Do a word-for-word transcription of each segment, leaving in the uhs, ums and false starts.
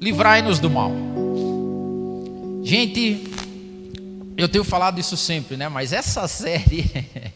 livrai-nos do mal. Gente, eu tenho falado isso sempre, né? Mas essa série,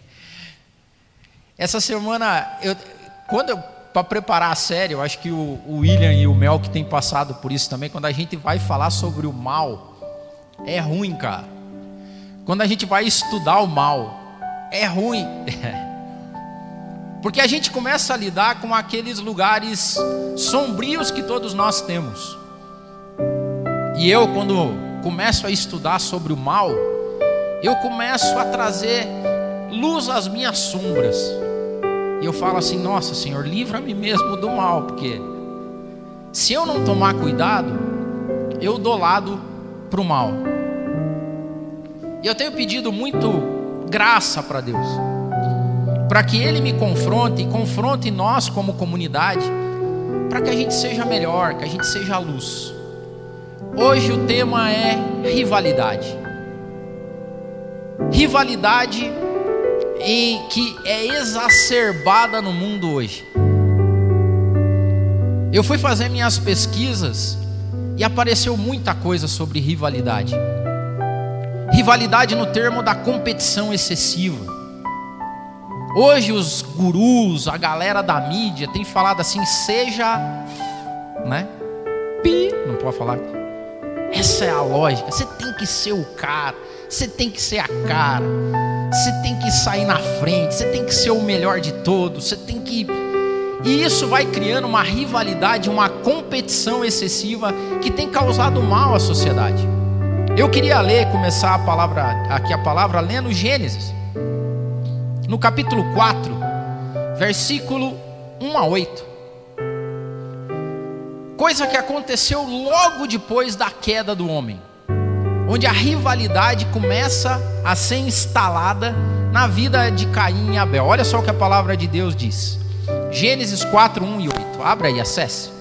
essa semana, eu, quando eu, para preparar a série, eu acho que o, o William e o Mel que tem passado por isso também, quando a gente vai falar sobre o mal, é ruim, cara. Quando a gente vai estudar o mal, é ruim. Porque a gente começa a lidar com aqueles lugares sombrios que todos nós temos. E eu, quando começo a estudar sobre o mal, eu começo a trazer luz às minhas sombras. E eu falo assim: nossa, Senhor, livra-me mesmo do mal, porque se eu não tomar cuidado, eu dou lado para o mal. E eu tenho pedido muito graça para Deus, para que Ele me confronte e confronte nós como comunidade, para que a gente seja melhor, que a gente seja a luz. Hoje o tema é rivalidade. Rivalidade em que é exacerbada no mundo hoje. Eu fui fazer minhas pesquisas e apareceu muita coisa sobre rivalidade. Rivalidade no termo da competição excessiva. Hoje os gurus, a galera da mídia tem falado assim: seja, né? Pi, não pode falar. Essa é a lógica. Você tem que ser o cara, você tem que ser a cara, você tem que sair na frente, você tem que ser o melhor de todos, você tem que... E isso vai criando uma rivalidade, uma competição excessiva que tem causado mal à sociedade. Eu queria ler, começar a palavra, aqui a palavra, lendo Gênesis, no capítulo quatro, versículo um a oito. Coisa que aconteceu logo depois da queda do homem, onde a rivalidade começa a ser instalada na vida de Caim e Abel. Olha só o que a palavra de Deus diz. Gênesis quatro, um e oito. Abra aí, acesse.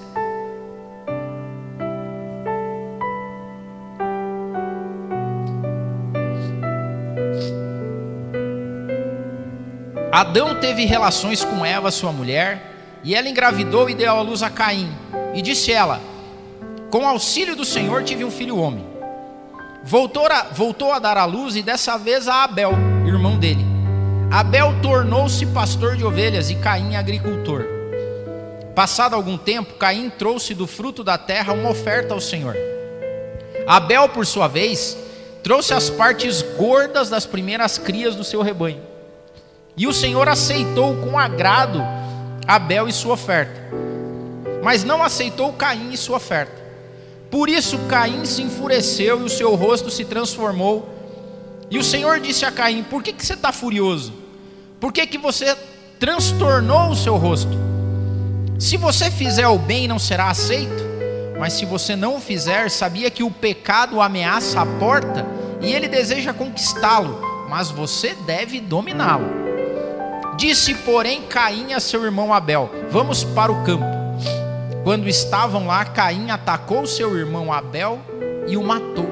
Adão teve relações com Eva, sua mulher, e ela engravidou e deu à luz a Caim. E disse ela: com auxílio do Senhor tive um filho homem. Voltou a, voltou a dar à luz, e dessa vez a Abel, irmão dele. Abel tornou-se pastor de ovelhas e Caim agricultor. Passado algum tempo, Caim trouxe do fruto da terra uma oferta ao Senhor. Abel, por sua vez, trouxe as partes gordas das primeiras crias do seu rebanho. E o Senhor aceitou com agrado Abel e sua oferta, mas não aceitou Caim e sua oferta. Por isso Caim se enfureceu e o seu rosto se transformou. E o Senhor disse a Caim: por que, que você está furioso? Por que, que você transtornou o seu rosto? Se você fizer o bem, não será aceito, mas se você não o fizer, sabia que o pecado ameaça a porta e ele deseja conquistá-lo, mas você deve dominá-lo. Disse, porém, Caim a seu irmão Abel: vamos para o campo. Quando estavam lá, Caim atacou seu irmão Abel e o matou.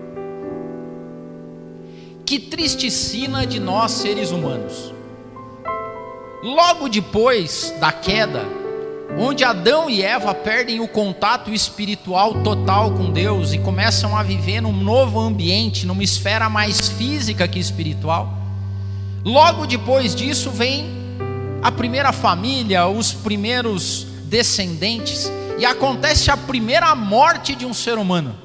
Que triste sina de nós seres humanos. Logo depois da queda, onde Adão e Eva perdem o contato espiritual total com Deus e começam a viver num novo ambiente, numa esfera mais física que espiritual, logo depois disso vem a primeira família, os primeiros descendentes, e acontece a primeira morte de um ser humano.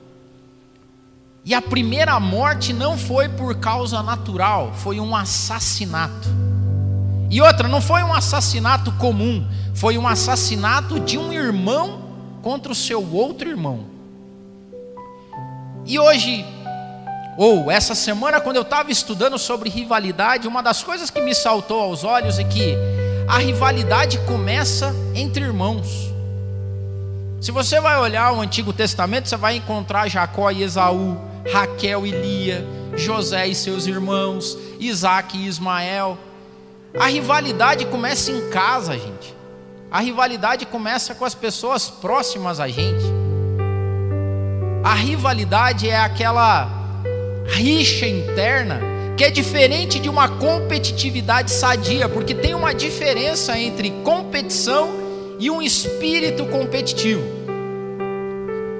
E a primeira morte não foi por causa natural, foi um assassinato. E outra, não foi um assassinato comum, foi um assassinato de um irmão contra o seu outro irmão. E hoje, ou essa semana, quando eu estava estudando sobre rivalidade, uma das coisas que me saltou aos olhos é que a rivalidade começa entre irmãos. Se você vai olhar o Antigo Testamento, você vai encontrar Jacó e Esaú, Raquel e Lia, José e seus irmãos, Isaac e Ismael. A rivalidade começa em casa, gente. A rivalidade começa com as pessoas próximas a gente. A rivalidade é aquela rixa interna que é diferente de uma competitividade sadia, porque tem uma diferença entre competição e um espírito competitivo.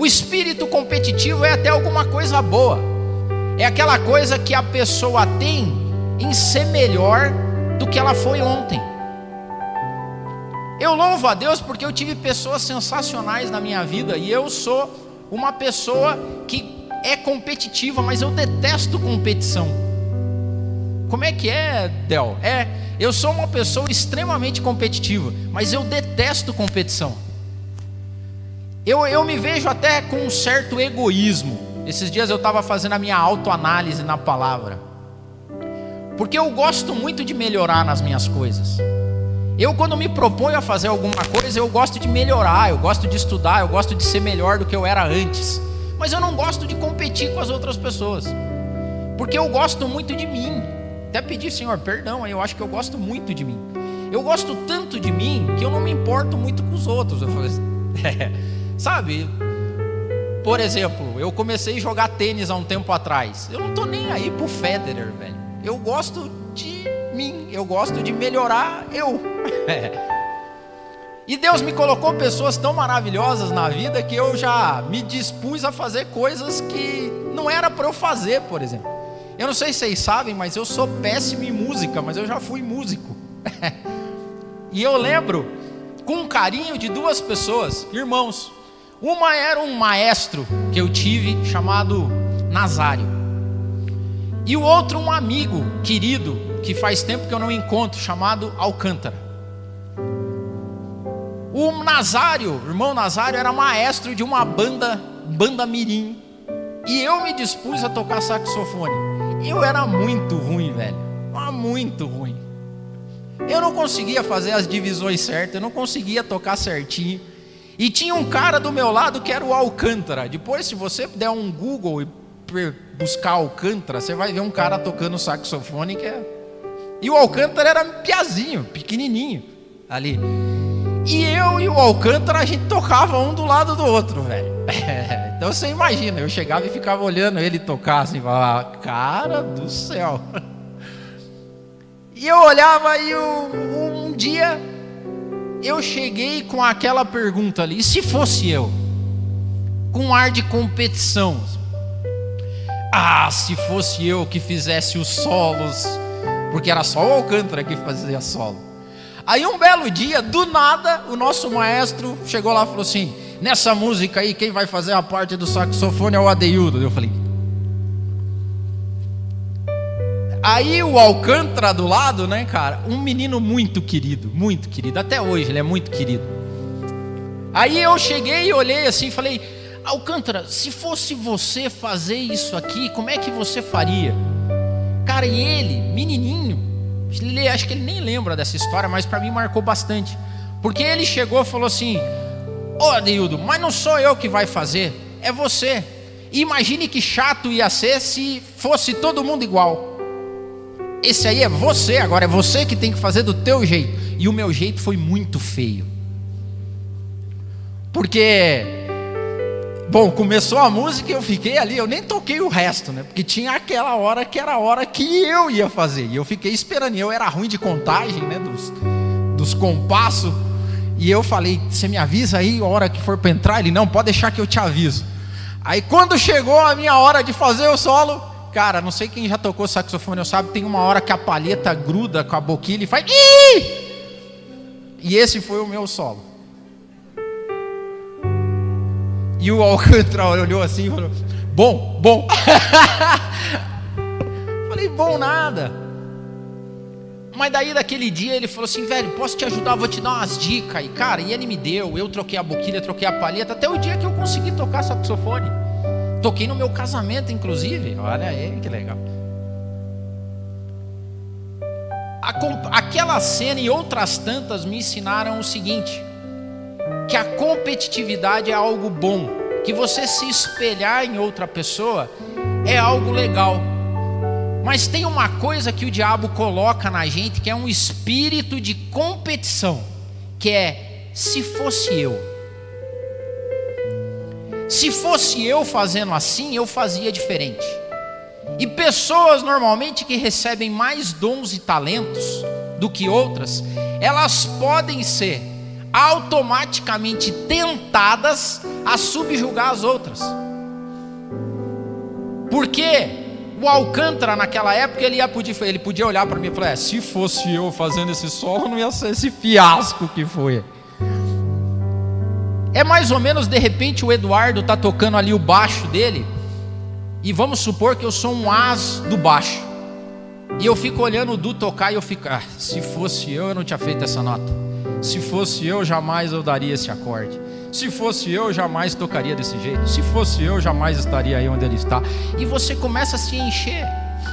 O espírito competitivo é até alguma coisa boa. É aquela coisa que a pessoa tem em ser melhor do que ela foi ontem. Eu louvo a Deus porque eu tive pessoas sensacionais na minha vida, e eu sou uma pessoa que é competitiva, mas eu detesto competição. Como é que é, Del? É, eu sou uma pessoa extremamente competitiva, mas eu detesto competição. Eu, eu me vejo até com um certo egoísmo. Esses dias eu estava fazendo a minha autoanálise na palavra, porque eu gosto muito de melhorar nas minhas coisas. Eu, quando me proponho a fazer alguma coisa, eu gosto de melhorar, eu gosto de estudar, eu gosto de ser melhor do que eu era antes. Mas eu não gosto de competir com as outras pessoas, porque eu gosto muito de mim. Até pedi, Senhor, perdão, eu acho que eu gosto muito de mim. Eu gosto tanto de mim que eu não me importo muito com os outros. Eu falei, é, sabe? Por exemplo, eu comecei a jogar tênis há um tempo atrás. Eu não tô nem aí pro Federer, velho. Eu gosto de mim, eu gosto de melhorar eu. E Deus me colocou pessoas tão maravilhosas na vida que eu já me dispus a fazer coisas que não era para eu fazer, por exemplo. Eu não sei se vocês sabem, mas eu sou péssimo em música, mas eu já fui músico. E eu lembro com carinho de duas pessoas, irmãos. Uma era um maestro que eu tive chamado Nazário, e o outro um amigo querido que faz tempo que eu não encontro, chamado Alcântara. O Nazário, o irmão Nazário, era maestro de uma banda, banda mirim, e eu me dispus a tocar saxofone. Eu era muito ruim, velho, muito ruim. Eu não conseguia fazer as divisões certas, eu não conseguia tocar certinho. E tinha um cara do meu lado que era o Alcântara. Depois, se você der um Google e buscar Alcântara, você vai ver um cara tocando saxofone que é... E o Alcântara era piazinho, pequenininho ali. E eu e o Alcântara, a gente tocava um do lado do outro, velho. Então você imagina, eu chegava e ficava olhando ele tocar assim, falava, cara do céu. E eu olhava e eu, um dia eu cheguei com aquela pergunta ali, e se fosse eu? Com um ar de competição. Ah, se fosse eu que fizesse os solos, porque era só o Alcântara que fazia solo. Aí um belo dia, do nada, o nosso maestro chegou lá e falou assim, nessa música aí, quem vai fazer a parte do saxofone é o Adeildo. Eu falei... Aí o Alcântara do lado, né, cara, um menino muito querido, muito querido, até hoje ele é muito querido. Aí eu cheguei e olhei assim e falei, Alcântara, se fosse você fazer isso aqui, como é que você faria? Cara, e ele, menininho, ele, acho que ele nem lembra dessa história, mas para mim marcou bastante. Porque ele chegou e falou assim, ô Adeildo, mas não sou eu que vai fazer, é você. E imagine que chato ia ser se fosse todo mundo igual. Esse aí é você, agora é você que tem que fazer do teu jeito. E o meu jeito foi muito feio. Porque, bom, começou a música e eu fiquei ali, eu nem toquei o resto, né? Porque tinha aquela hora que era a hora que eu ia fazer. E eu fiquei esperando, e eu era ruim de contagem, né? Dos, dos compassos. E eu falei, você me avisa aí a hora que for para entrar? Ele, não, pode deixar que eu te aviso. Aí quando chegou a minha hora de fazer o solo... Cara, não sei quem já tocou saxofone, eu sabe, tem uma hora que a palheta gruda com a boquilha e faz... Ih! E esse foi o meu solo. E o Alcântara olhou assim e falou, bom, bom. Falei, bom nada. Mas daí daquele dia ele falou assim, velho, posso te ajudar, vou te dar umas dicas. E cara, e ele me deu, eu troquei a boquilha, troquei a palheta, até o dia que eu consegui tocar saxofone. Toquei no meu casamento, inclusive. Olha aí, que legal. Aquela cena e outras tantas me ensinaram o seguinte, que a competitividade é algo bom, que você se espelhar em outra pessoa é algo legal. Mas tem uma coisa que o diabo coloca na gente, que é um espírito de competição, que é, se fosse eu. Se fosse eu fazendo assim, eu fazia diferente. E pessoas normalmente que recebem mais dons e talentos do que outras, elas podem ser automaticamente tentadas a subjugar as outras. Porque o Alcântara naquela época ele, ia podia, ele podia olhar para mim e falar: é, se fosse eu fazendo esse solo, não ia ser esse fiasco que foi. É mais ou menos, de repente o Eduardo está tocando ali o baixo dele, e vamos supor que eu sou um as do baixo, e eu fico olhando o Du tocar e eu fico: ah, se fosse eu, eu não tinha feito essa nota. Se fosse eu, jamais eu daria esse acorde. Se fosse eu, jamais tocaria desse jeito. Se fosse eu, jamais estaria aí onde ele está. E você começa a se encher.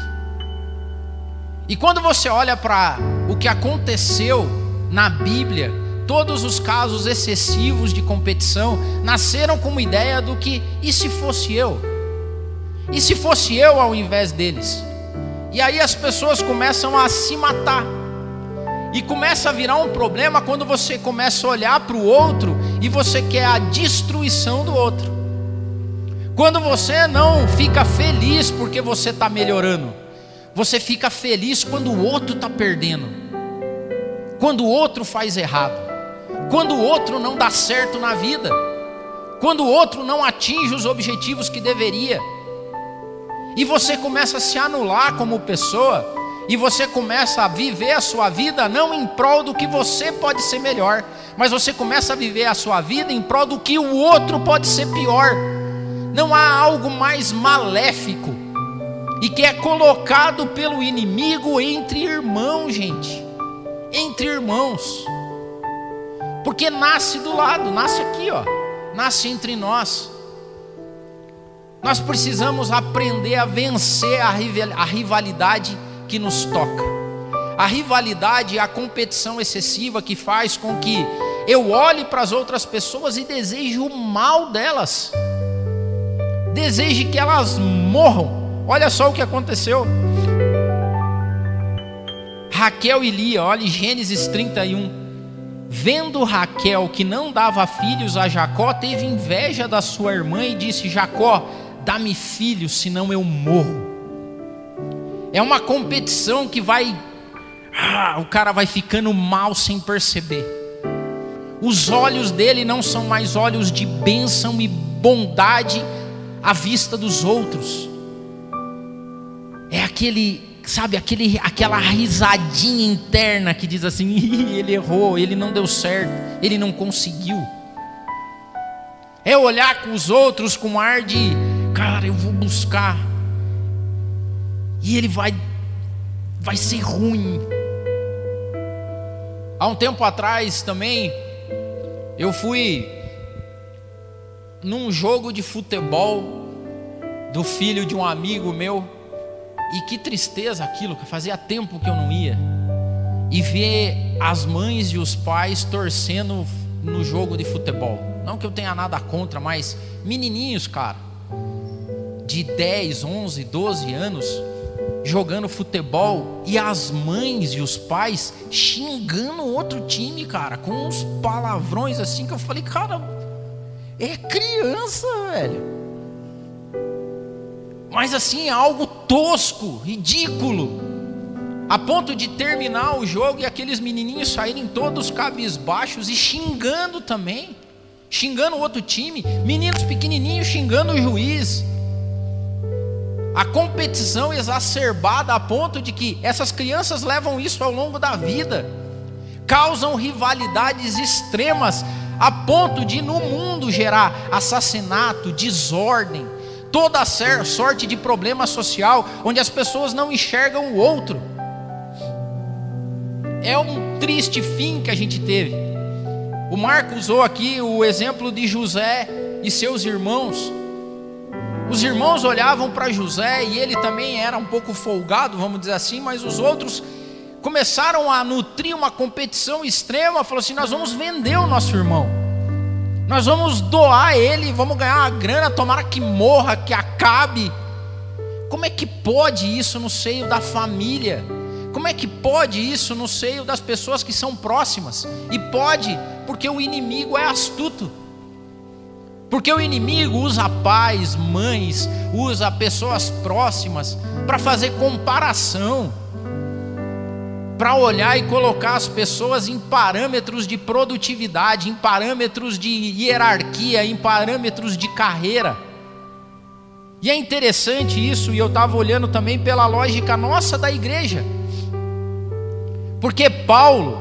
E quando você olha para o que aconteceu na Bíblia, todos os casos excessivos de competição nasceram com uma ideia do que: e se fosse eu? E se fosse eu ao invés deles? E aí as pessoas começam a se matar. E começa a virar um problema quando você começa a olhar para o outro e você quer a destruição do outro. Quando você não fica feliz porque você está melhorando, você fica feliz quando o outro está perdendo, quando o outro faz errado, quando o outro não dá certo na vida, quando o outro não atinge os objetivos que deveria. E você começa a se anular como pessoa. E você começa a viver a sua vida não em prol do que você pode ser melhor, mas você começa a viver a sua vida em prol do que o outro pode ser pior. Não há algo mais maléfico e que é colocado pelo inimigo entre irmãos, gente. Entre irmãos. Porque nasce do lado, nasce aqui, ó. Nasce entre nós. Nós precisamos aprender a vencer a rivalidade que nos toca. A rivalidade é a competição excessiva que faz com que eu olhe para as outras pessoas e deseje o mal delas, deseje que elas morram. Olha só o que aconteceu. Raquel e Lia, olha Gênesis trinta e um. Vendo Raquel que não dava filhos a Jacó, teve inveja da sua irmã e disse: Jacó, dá-me filhos, senão eu morro. É uma competição que vai, ah, o cara vai ficando mal sem perceber. Os olhos dele não são mais olhos de bênção e bondade à vista dos outros. É aquele, sabe, aquele, aquela risadinha interna que diz assim: ele errou, ele não deu certo, ele não conseguiu. É olhar com os outros com ar de: cara, eu vou buscar, e ele vai, vai ser ruim. Há um tempo atrás também, eu fui num jogo de futebol do filho de um amigo meu, e que tristeza aquilo, que fazia tempo que eu não ia, e ver as mães e os pais torcendo no jogo de futebol. Não que eu tenha nada contra, mas menininhos, cara, de dez, onze, doze anos, jogando futebol, e as mães e os pais xingando outro time, cara, com uns palavrões assim, que eu falei: cara, é criança, velho. Mas assim, é algo tosco, ridículo, a ponto de terminar o jogo e aqueles menininhos saírem todos cabisbaixos e xingando também, xingando o outro time, meninos pequenininhos xingando o juiz. A competição exacerbada a ponto de que essas crianças levam isso ao longo da vida, causam rivalidades extremas a ponto de no mundo gerar assassinato, desordem, toda a sorte de problema social, onde as pessoas não enxergam o outro. É um triste fim que a gente teve. O Marco usou aqui o exemplo de José e seus irmãos. Os irmãos olhavam para José e ele também era um pouco folgado, vamos dizer assim, mas os outros começaram a nutrir uma competição extrema. Falou assim: nós vamos vender o nosso irmão, nós vamos doar ele, vamos ganhar uma grana, tomara que morra, que acabe. Como é que pode isso no seio da família? Como é que pode isso no seio das pessoas que são próximas? E pode, porque o inimigo é astuto. Porque o inimigo usa pais, mães, usa pessoas próximas para fazer comparação, para olhar e colocar as pessoas em parâmetros de produtividade, em parâmetros de hierarquia, em parâmetros de carreira. E é interessante isso, e eu estava olhando também pela lógica nossa da igreja. Porque Paulo,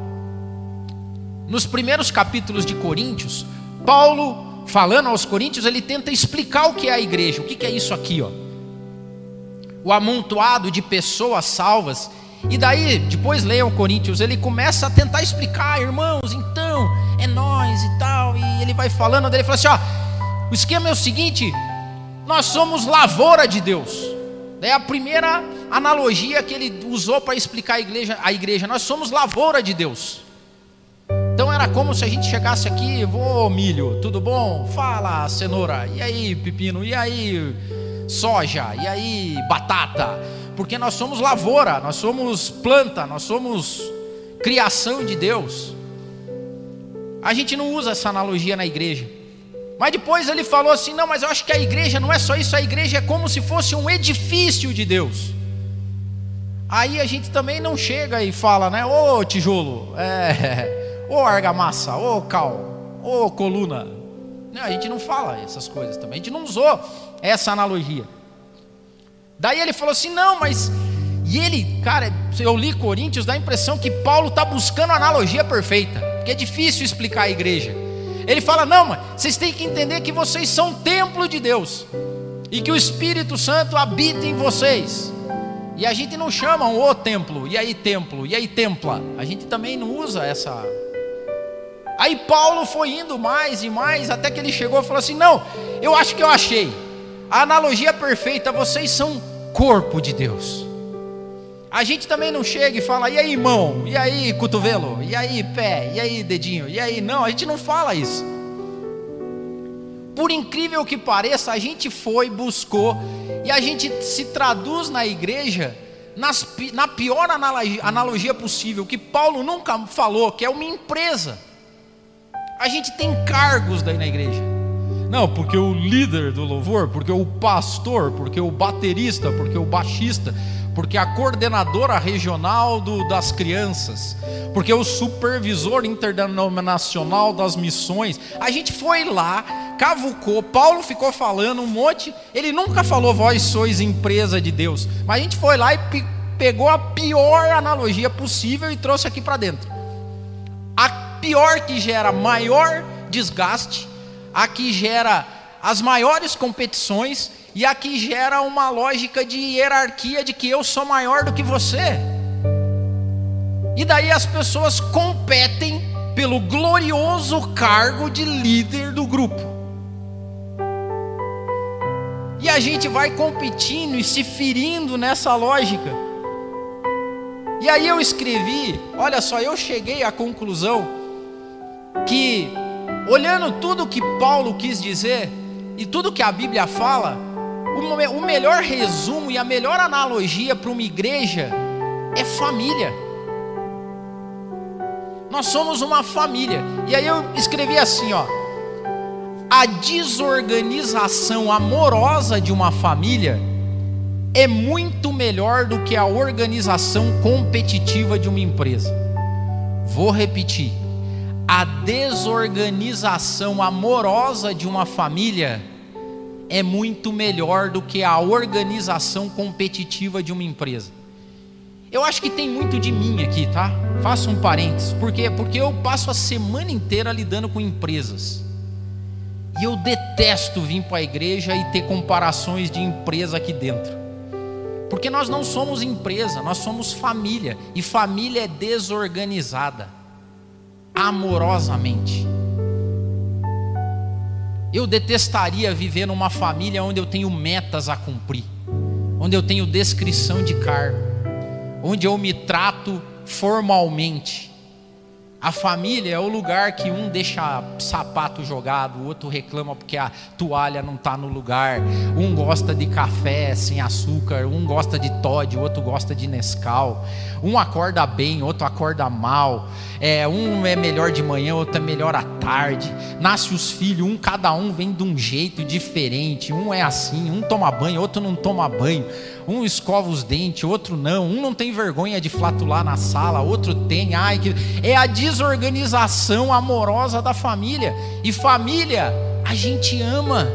nos primeiros capítulos de Coríntios, Paulo, falando aos coríntios, ele tenta explicar o que é a igreja. O que é isso aqui, ó? O amontoado de pessoas salvas. E daí, depois leiam Coríntios, ele começa a tentar explicar, irmãos, então, é nós e tal. E ele vai falando, daí ele fala assim, ó, o esquema é o seguinte, nós somos lavoura de Deus. É a primeira analogia que ele usou para explicar a igreja, a igreja. Nós somos lavoura de Deus. Então era como se a gente chegasse aqui, ô milho, tudo bom? Fala, cenoura, e aí pepino, e aí soja, e aí batata. Porque nós somos lavoura, nós somos planta, nós somos criação de Deus. A gente não usa essa analogia na igreja. Mas depois ele falou assim, não, mas eu acho que a igreja não é só isso, a igreja é como se fosse um edifício de Deus. Aí a gente também não chega e fala, né, ô tijolo, é, ô argamassa, ô cal, ô coluna. Não, a gente não fala essas coisas também, a gente não usou essa analogia. Daí ele falou assim, não, mas... E ele, cara, eu li Coríntios, dá a impressão que Paulo está buscando a analogia perfeita, porque é difícil explicar a igreja. Ele fala, não, mas vocês têm que entender que vocês são templo de Deus, e que o Espírito Santo habita em vocês. E a gente não chama o templo, e aí templo, e aí templa. A gente também não usa essa... Aí Paulo foi indo mais e mais, até que ele chegou e falou assim, não, eu acho que eu achei. A analogia perfeita, vocês são corpo de Deus. A gente também não chega e fala, e aí mão, e aí cotovelo, e aí pé, e aí dedinho, e aí não, a gente não fala isso. Por incrível que pareça, a gente foi, buscou, e a gente se traduz na igreja nas, na pior analogia, analogia possível, que Paulo nunca falou, que é uma empresa. A gente tem cargos daí na igreja. Não, porque o líder do louvor, porque o pastor, porque o baterista, porque o baixista, porque a coordenadora regional do, das crianças, porque o supervisor interdenominacional das missões. A gente foi lá, cavucou, Paulo ficou falando um monte, ele nunca falou vós sois empresa de Deus, mas a gente foi lá e pe pegou a pior analogia possível e trouxe aqui para dentro. A pior, que gera maior desgaste, a que gera as maiores competições e a que gera uma lógica de hierarquia, de que eu sou maior do que você. E daí as pessoas competem pelo glorioso cargo de líder do grupo. E a gente vai competindo e se ferindo nessa lógica. E aí eu escrevi, olha só, eu cheguei à conclusão que, olhando tudo que Paulo quis dizer e tudo que a Bíblia fala, o melhor resumo e a melhor analogia para uma igreja é família. Nós somos uma família. E aí eu escrevi assim, ó: a desorganização amorosa de uma família é muito melhor do que a organização competitiva de uma empresa. Vou repetir: a desorganização amorosa de uma família é muito melhor do que a organização competitiva de uma empresa. Eu acho que tem muito de mim aqui, tá? Faço um parênteses. Por quê? Porque eu passo a semana inteira lidando com empresas. E eu detesto vir para a igreja e ter comparações de empresa aqui dentro. Porque nós não somos empresa, nós somos família. E família é desorganizada amorosamente. Eu detestaria viver numa família onde eu tenho metas a cumprir, onde eu tenho descrição de cargo, onde eu me trato formalmente. A família é o lugar que um deixa sapato jogado, o outro reclama porque a toalha não está no lugar. Um gosta de café sem açúcar, um gosta de Toddy, o outro gosta de Nescau. Um acorda bem, outro acorda mal. É, um é melhor de manhã, outro é melhor à tarde. Nasce os filhos, um cada um vem de um jeito diferente. Um é assim, um toma banho, outro não toma banho. Um escova os dentes, outro não. Um não tem vergonha de flatular na sala, outro tem. Ai, que... É a desorganização amorosa da família. E família, a gente ama.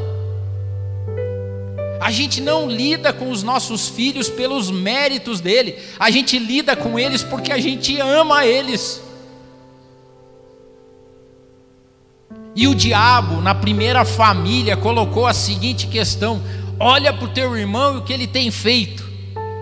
A gente não lida com os nossos filhos pelos méritos dele. A gente lida com eles porque a gente ama eles. E o diabo, na primeira família, colocou a seguinte questão: olha para o teu irmão e o que ele tem feito.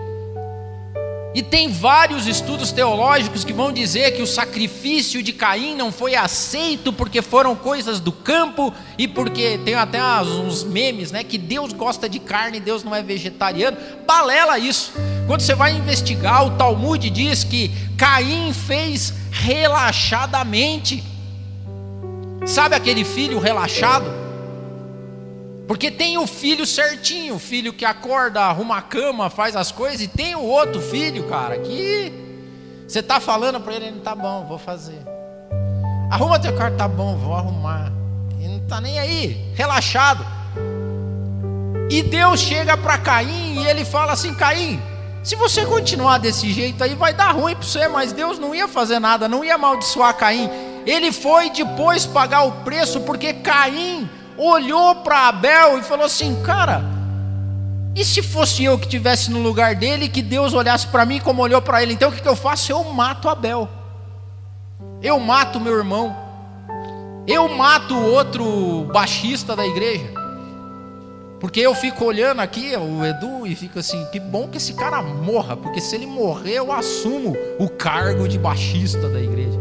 E tem vários estudos teológicos que vão dizer que o sacrifício de Caim não foi aceito porque foram coisas do campo e porque tem até uns memes, né, que Deus gosta de carne, Deus não é vegetariano. Balela isso. Quando você vai investigar, o Talmud diz que Caim fez relaxadamente. Sabe aquele filho relaxado? Porque tem o filho certinho, o filho que acorda, arruma a cama, faz as coisas, e tem o outro filho, cara, que você está falando para ele, ele tá bom, vou fazer. Arruma teu quarto, tá bom, vou arrumar. Ele não está nem aí, relaxado. E Deus chega para Caim e ele fala assim: Caim, se você continuar desse jeito aí vai dar ruim para você. Mas Deus não ia fazer nada, não ia amaldiçoar Caim. Ele foi depois pagar o preço, porque Caim olhou para Abel e falou assim: cara, e se fosse eu que estivesse no lugar dele, que Deus olhasse para mim como olhou para ele? Então o que, que eu faço? Eu mato Abel, eu mato meu irmão, eu mato o outro baixista da igreja. Porque eu fico olhando aqui o Edu e fico assim: que bom que esse cara morra, porque se ele morrer eu assumo o cargo de baixista da igreja.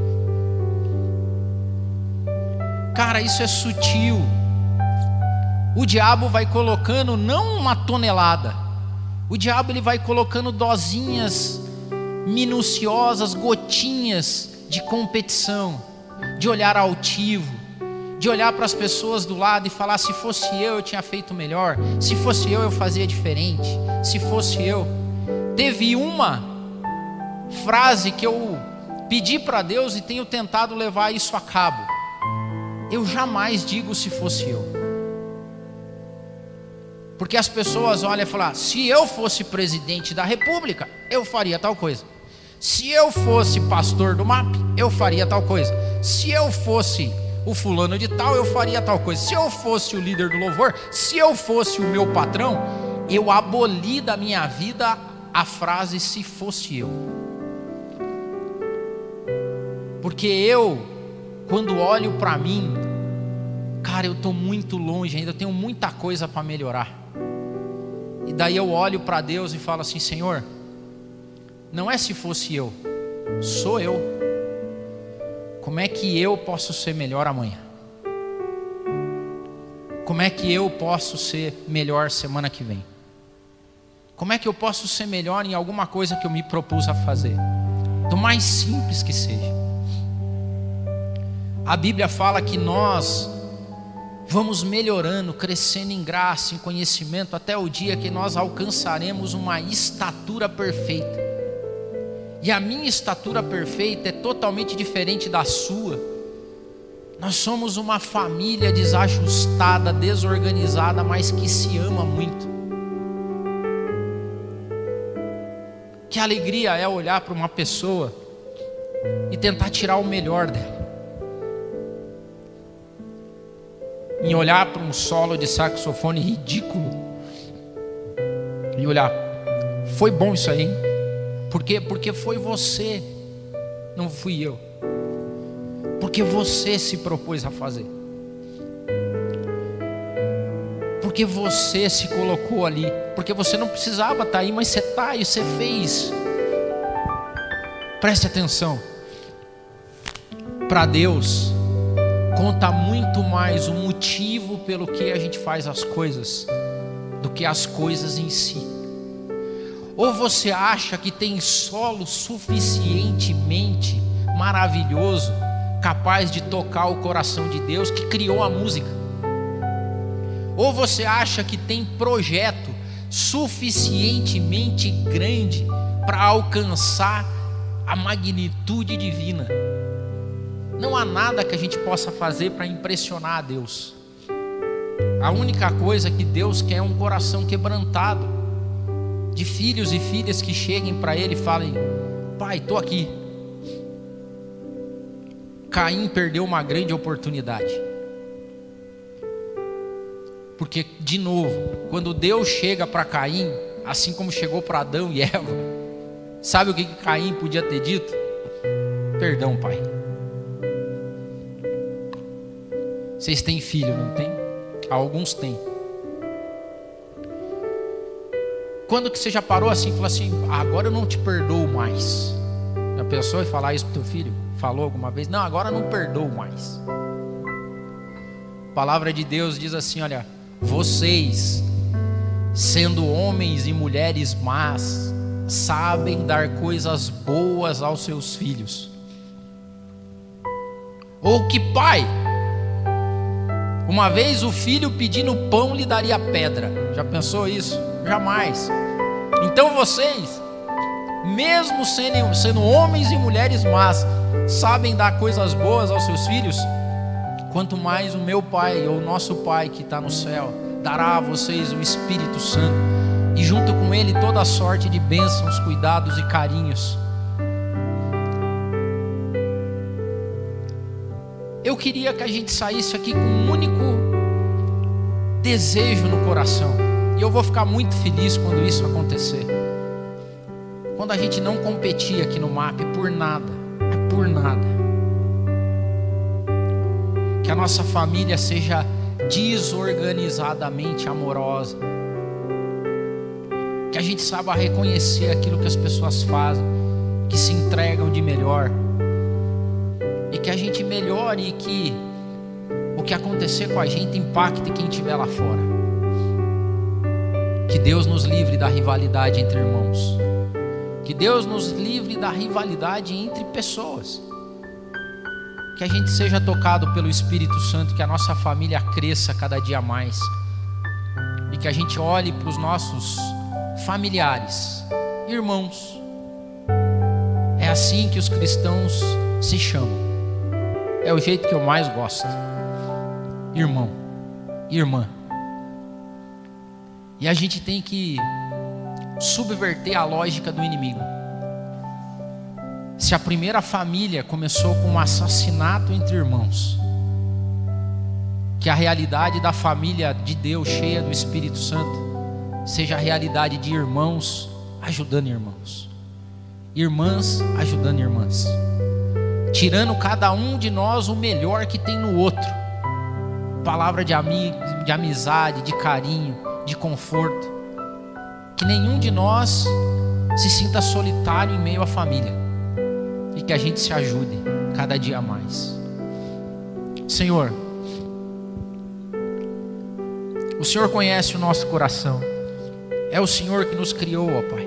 Cara, isso é sutil. O diabo vai colocando não uma tonelada, o diabo ele vai colocando dosinhas minuciosas, gotinhas de competição, de olhar altivo, de olhar para as pessoas do lado e falar: se fosse eu, eu tinha feito melhor, se fosse eu, eu fazia diferente, se fosse eu. Teve uma frase que eu pedi para Deus e tenho tentado levar isso a cabo: eu jamais digo se fosse eu. Porque as pessoas olham e falam: se eu fosse presidente da república, eu faria tal coisa. Se eu fosse pastor do M A P, eu faria tal coisa. Se eu fosse o fulano de tal, eu faria tal coisa. Se eu fosse o líder do louvor, se eu fosse o meu patrão, eu aboli da minha vida a frase se fosse eu. Porque eu, quando olho para mim, cara, eu estou muito longe ainda, eu tenho muita coisa para melhorar. E daí eu olho para Deus e falo assim: Senhor, não é se fosse eu, sou eu. Como é que eu posso ser melhor amanhã? Como é que eu posso ser melhor semana que vem? Como é que eu posso ser melhor em alguma coisa que eu me propus a fazer? Do mais simples que seja. A Bíblia fala que nós vamos melhorando, crescendo em graça, em conhecimento, até o dia que nós alcançaremos uma estatura perfeita. E a minha estatura perfeita é totalmente diferente da sua. Nós somos uma família desajustada, desorganizada, mas que se ama muito. Que alegria é olhar para uma pessoa e tentar tirar o melhor dela. Em olhar para um solo de saxofone ridículo e olhar: foi bom isso aí, hein? Por quê? Porque foi você, não fui eu. Porque você se propôs a fazer. Porque você se colocou ali. Porque você não precisava estar aí, mas você está e você fez. Preste atenção. Para Deus conta muito mais o motivo pelo que a gente faz as coisas do que as coisas em si. Ou você acha que tem solo suficientemente maravilhoso capaz de tocar o coração de Deus que criou a música? Ou você acha que tem projeto suficientemente grande para alcançar a magnitude divina? Não há nada que a gente possa fazer para impressionar a Deus. A única coisa que Deus quer é um coração quebrantado, de filhos e filhas que cheguem para Ele e falem: Pai, estou aqui. Caim perdeu uma grande oportunidade, porque, de novo, quando Deus chega para Caim, assim como chegou para Adão e Eva, sabe o que que Caim podia ter dito? Perdão, pai. Vocês têm filho, não tem? Alguns têm. Quando que você já parou assim e falou assim: agora eu não te perdoo mais? Já pensou em falar isso para o teu filho? Falou alguma vez? Não, agora eu não perdoo mais. A palavra de Deus diz assim: olha, vocês, sendo homens e mulheres más, sabem dar coisas boas aos seus filhos. Ou que pai, uma vez o filho pedindo pão lhe daria pedra? Já pensou isso? Jamais. Então vocês, mesmo sendo, sendo homens e mulheres más, sabem dar coisas boas aos seus filhos, quanto mais o meu Pai, ou o nosso Pai que está no céu, dará a vocês o Espírito Santo, e junto com Ele toda a sorte de bênçãos, cuidados e carinhos. Eu queria que a gente saísse aqui com um único desejo no coração, e eu vou ficar muito feliz quando isso acontecer. Quando a gente não competir aqui no M A P por nada, é por nada. Que a nossa família seja desorganizadamente amorosa. Que a gente saiba reconhecer aquilo que as pessoas fazem, que se entregam de melhor. E que a gente melhore e que o que acontecer com a gente impacte quem estiver lá fora. Que Deus nos livre da rivalidade entre irmãos. Que Deus nos livre da rivalidade entre pessoas. Que a gente seja tocado pelo Espírito Santo, que a nossa família cresça cada dia mais. E que a gente olhe para os nossos familiares, irmãos. É assim que os cristãos se chamam. É o jeito que eu mais gosto. Irmão, irmã. E a gente tem que subverter a lógica do inimigo. Se a primeira família começou com um assassinato entre irmãos, que a realidade da família de Deus cheia do Espírito Santo seja a realidade de irmãos ajudando irmãos, irmãs ajudando irmãs, tirando cada um de nós o melhor que tem no outro. Palavra de amigo, de amizade, de carinho, de conforto. Que nenhum de nós se sinta solitário em meio à família. E que a gente se ajude cada dia mais. Senhor, o Senhor conhece o nosso coração. É o Senhor que nos criou, ó Pai.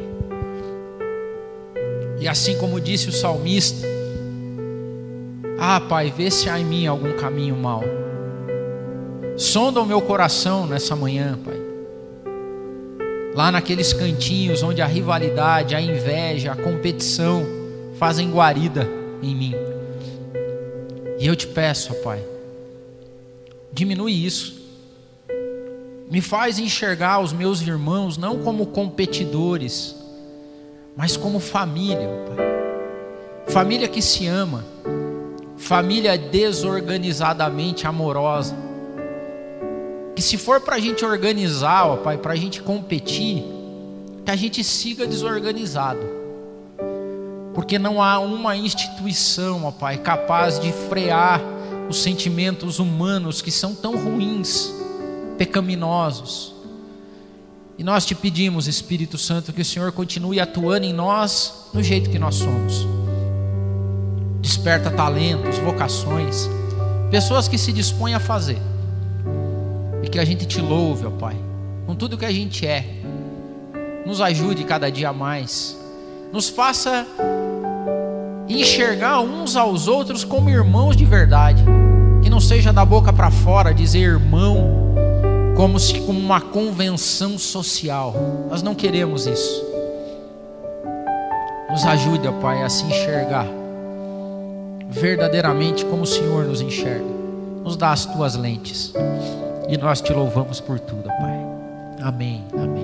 E assim como disse o salmista: ah, Pai, vê se há em mim algum caminho mau. Sonda o meu coração nessa manhã, Pai. Lá naqueles cantinhos onde a rivalidade, a inveja, a competição fazem guarida em mim. E eu te peço, ó Pai, diminui isso. Me faz enxergar os meus irmãos não como competidores, mas como família, ó Pai. Família que se ama. Família desorganizadamente amorosa. Que se for para a gente organizar, ó Pai, para a gente competir, que a gente siga desorganizado. Porque não há uma instituição, ó Pai, capaz de frear os sentimentos humanos que são tão ruins, pecaminosos. E nós te pedimos, Espírito Santo, que o Senhor continue atuando em nós no jeito que nós somos. Desperta talentos, vocações, pessoas que se dispõem a fazer. E que a gente te louve, ó Pai, com tudo que a gente é. Nos ajude cada dia mais. Nos faça enxergar uns aos outros como irmãos de verdade, que não seja da boca para fora dizer irmão como se como uma convenção social. Nós não queremos isso. Nos ajude, ó Pai, a se enxergar verdadeiramente como o Senhor nos enxerga. Nos dá as tuas lentes e nós te louvamos por tudo, ó Pai. Amém, amém.